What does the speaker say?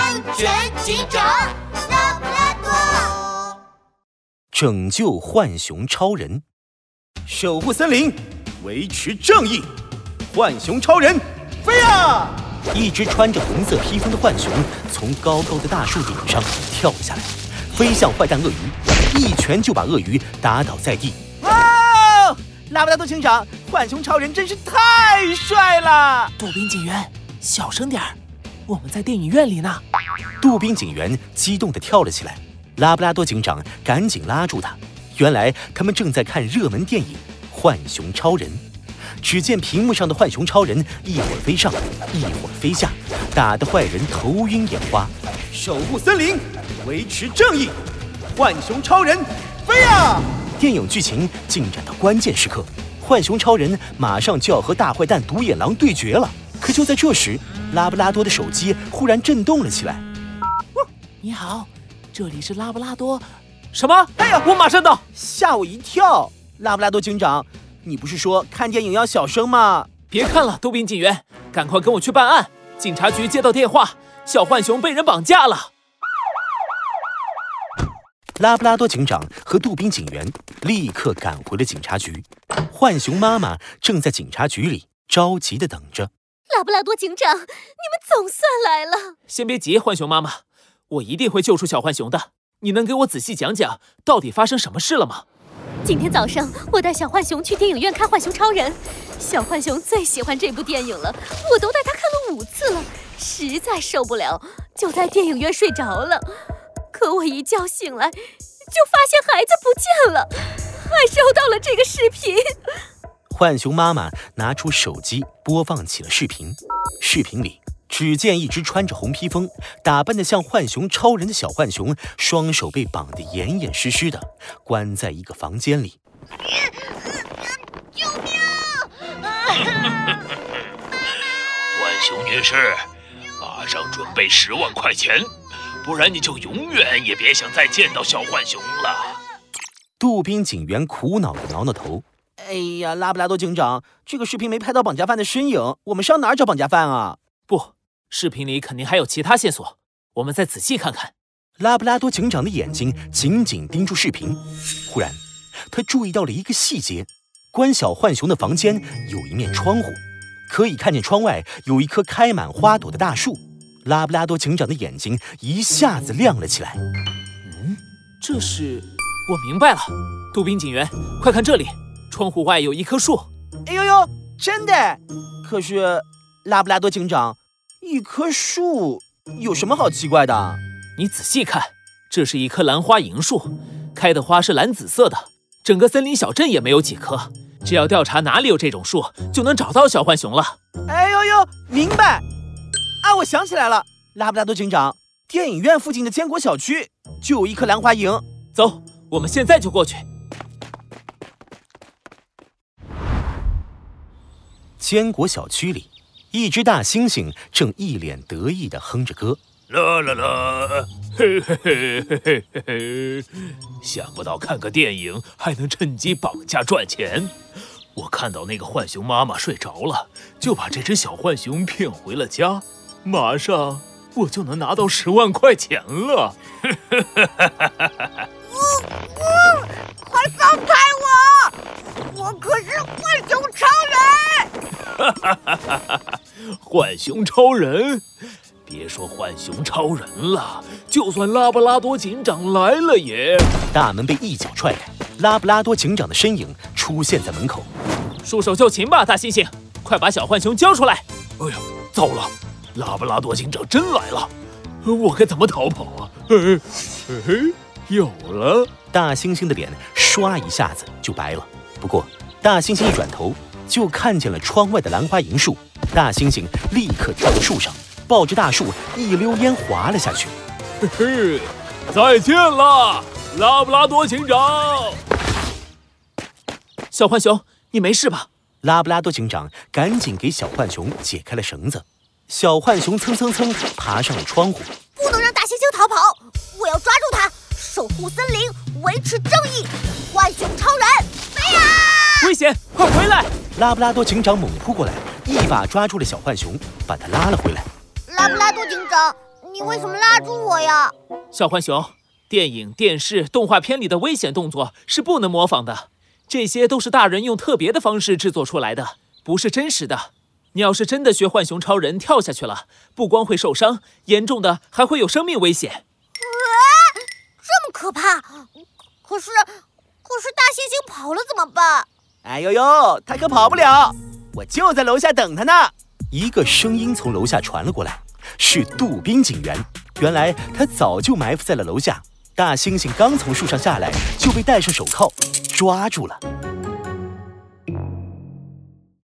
安全警长拉布拉多， 拯救浣熊超人， 守护森林，维持正义。浣熊超人，飞啊！ 一只穿着红色披风的浣熊从高高的大树顶上跳了下来，飞向坏蛋鳄鱼，一拳就把鳄鱼打倒在地。 哇！拉布拉多警长，浣熊超人真是太帅了！ 杜宾警员，小声点儿，我们在电影院里呢。 杜宾警员激动地跳了起来，拉布拉多警长赶紧拉住他。原来他们正在看热门电影《浣熊超人》。只见屏幕上的浣熊超人一会儿飞上，一会儿飞下，打得坏人头晕眼花。 守护森林，维持正义。浣熊超人，飞啊！ 电影剧情进展到关键时刻，浣熊超人马上就要和大坏蛋独眼狼对决了。可就在这时，拉布拉多的手机忽然震动了起来。 你好，这里是拉布拉多。什么？哎呀，我马上到！ 吓我一跳！拉布拉多警长，你不是说看电影要小声吗？ 别看了，杜宾警员，赶快跟我去办案。警察局接到电话，小浣熊被人绑架了。 拉布拉多警长和杜宾警员立刻赶回了警察局。浣熊妈妈正在警察局里着急地等着。 拉布拉多警长，你们总算来了。 先别急，浣熊妈妈，我一定会救出小浣熊的。你能给我仔细讲讲到底发生什么事了吗？ 今天早上我带小浣熊去电影院看《浣熊超人》，小浣熊最喜欢这部电影了，我都带他看了5次了，实在受不了，就在电影院睡着了。可我一觉醒来，就发现孩子不见了，还收到了这个视频。 浣熊妈妈拿出手机播放起了视频，视频里只见一只穿着红披风、打扮得像浣熊超人的小浣熊，双手被绑得严严实实的，关在一个房间里。 救命！ 浣熊女士，马上准备10万块钱，不然你就永远也别想再见到小浣熊了。 杜宾警员苦恼地挠挠头。 哎呀，拉布拉多警长，这个视频没拍到绑架犯的身影，我们上哪儿找绑架犯啊？ 不，视频里肯定还有其他线索，我们再仔细看看。 拉布拉多警长的眼睛紧紧盯住视频，忽然他注意到了一个细节，关小浣熊的房间有一面窗户，可以看见窗外有一棵开满花朵的大树。拉布拉多警长的眼睛一下子亮了起来。 这是……我明白了，杜宾警员，快看这里，窗户外有一棵树。 哎呦呦，真的！可是拉布拉多警长，一棵树有什么好奇怪的？ 你仔细看，这是一棵兰花银树，开的花是蓝紫色的，整个森林小镇也没有几棵，只要调查哪里有这种树，就能找到小浣熊了。 哎呦呦，明白！啊，我想起来了，拉布拉多警长，电影院附近的坚果小区就有一棵兰花楹。 走，我们现在就过去。 坚果小区里，一只大猩猩正一脸得意地哼着歌。 啦啦啦，嘿嘿嘿嘿嘿嘿！想不到看个电影还能趁机绑架赚钱。我看到那个浣熊妈妈睡着了，就把这只小浣熊骗回了家，马上我就能拿到10万块钱了。 快放开我！我可是浣熊超人！ 浣熊超人？别说浣熊超人了，就算拉布拉多警长来了也…… 大门被一脚踹开，拉布拉多警长的身影出现在门口。 束手就擒吧，大猩猩，快把小浣熊交出来！ 哎呀，糟了，拉布拉多警长真来了，我该怎么逃跑啊？有了！ 大猩猩的脸唰一下子就白了。不过大猩猩一转头就看见了窗外的兰花银树，大猩猩立刻跳到树上，抱着大树一溜烟滑了下去。 再见了，拉布拉多警长！ 小浣熊，你没事吧？ 拉布拉多警长赶紧给小浣熊解开了绳子，小浣熊蹭蹭蹭爬上了窗户。 不能让大猩猩逃跑，我要抓住他，守护森林，维持正义。浣熊超人，飞呀！ 危险，快回来！ 拉布拉多警长猛扑过来，一把抓住了小浣熊，把他拉了回来。 拉布拉多警长，你你为什么拉住我呀？ 小浣熊，电影、电视、动画片里的危险动作是不能模仿的，这些都是大人用特别的方式制作出来的，不是真实的。你要是真的学浣熊超人跳下去了，不光会受伤，严重的还会有生命危险。 这么可怕！可是大猩猩跑了怎么办？ 哎呦呦，他可跑不了，我就在楼下等他呢。 一个声音从楼下传了过来，是杜宾警员。原来他早就埋伏在了楼下，大猩猩刚从树上下来就被戴上手铐抓住了。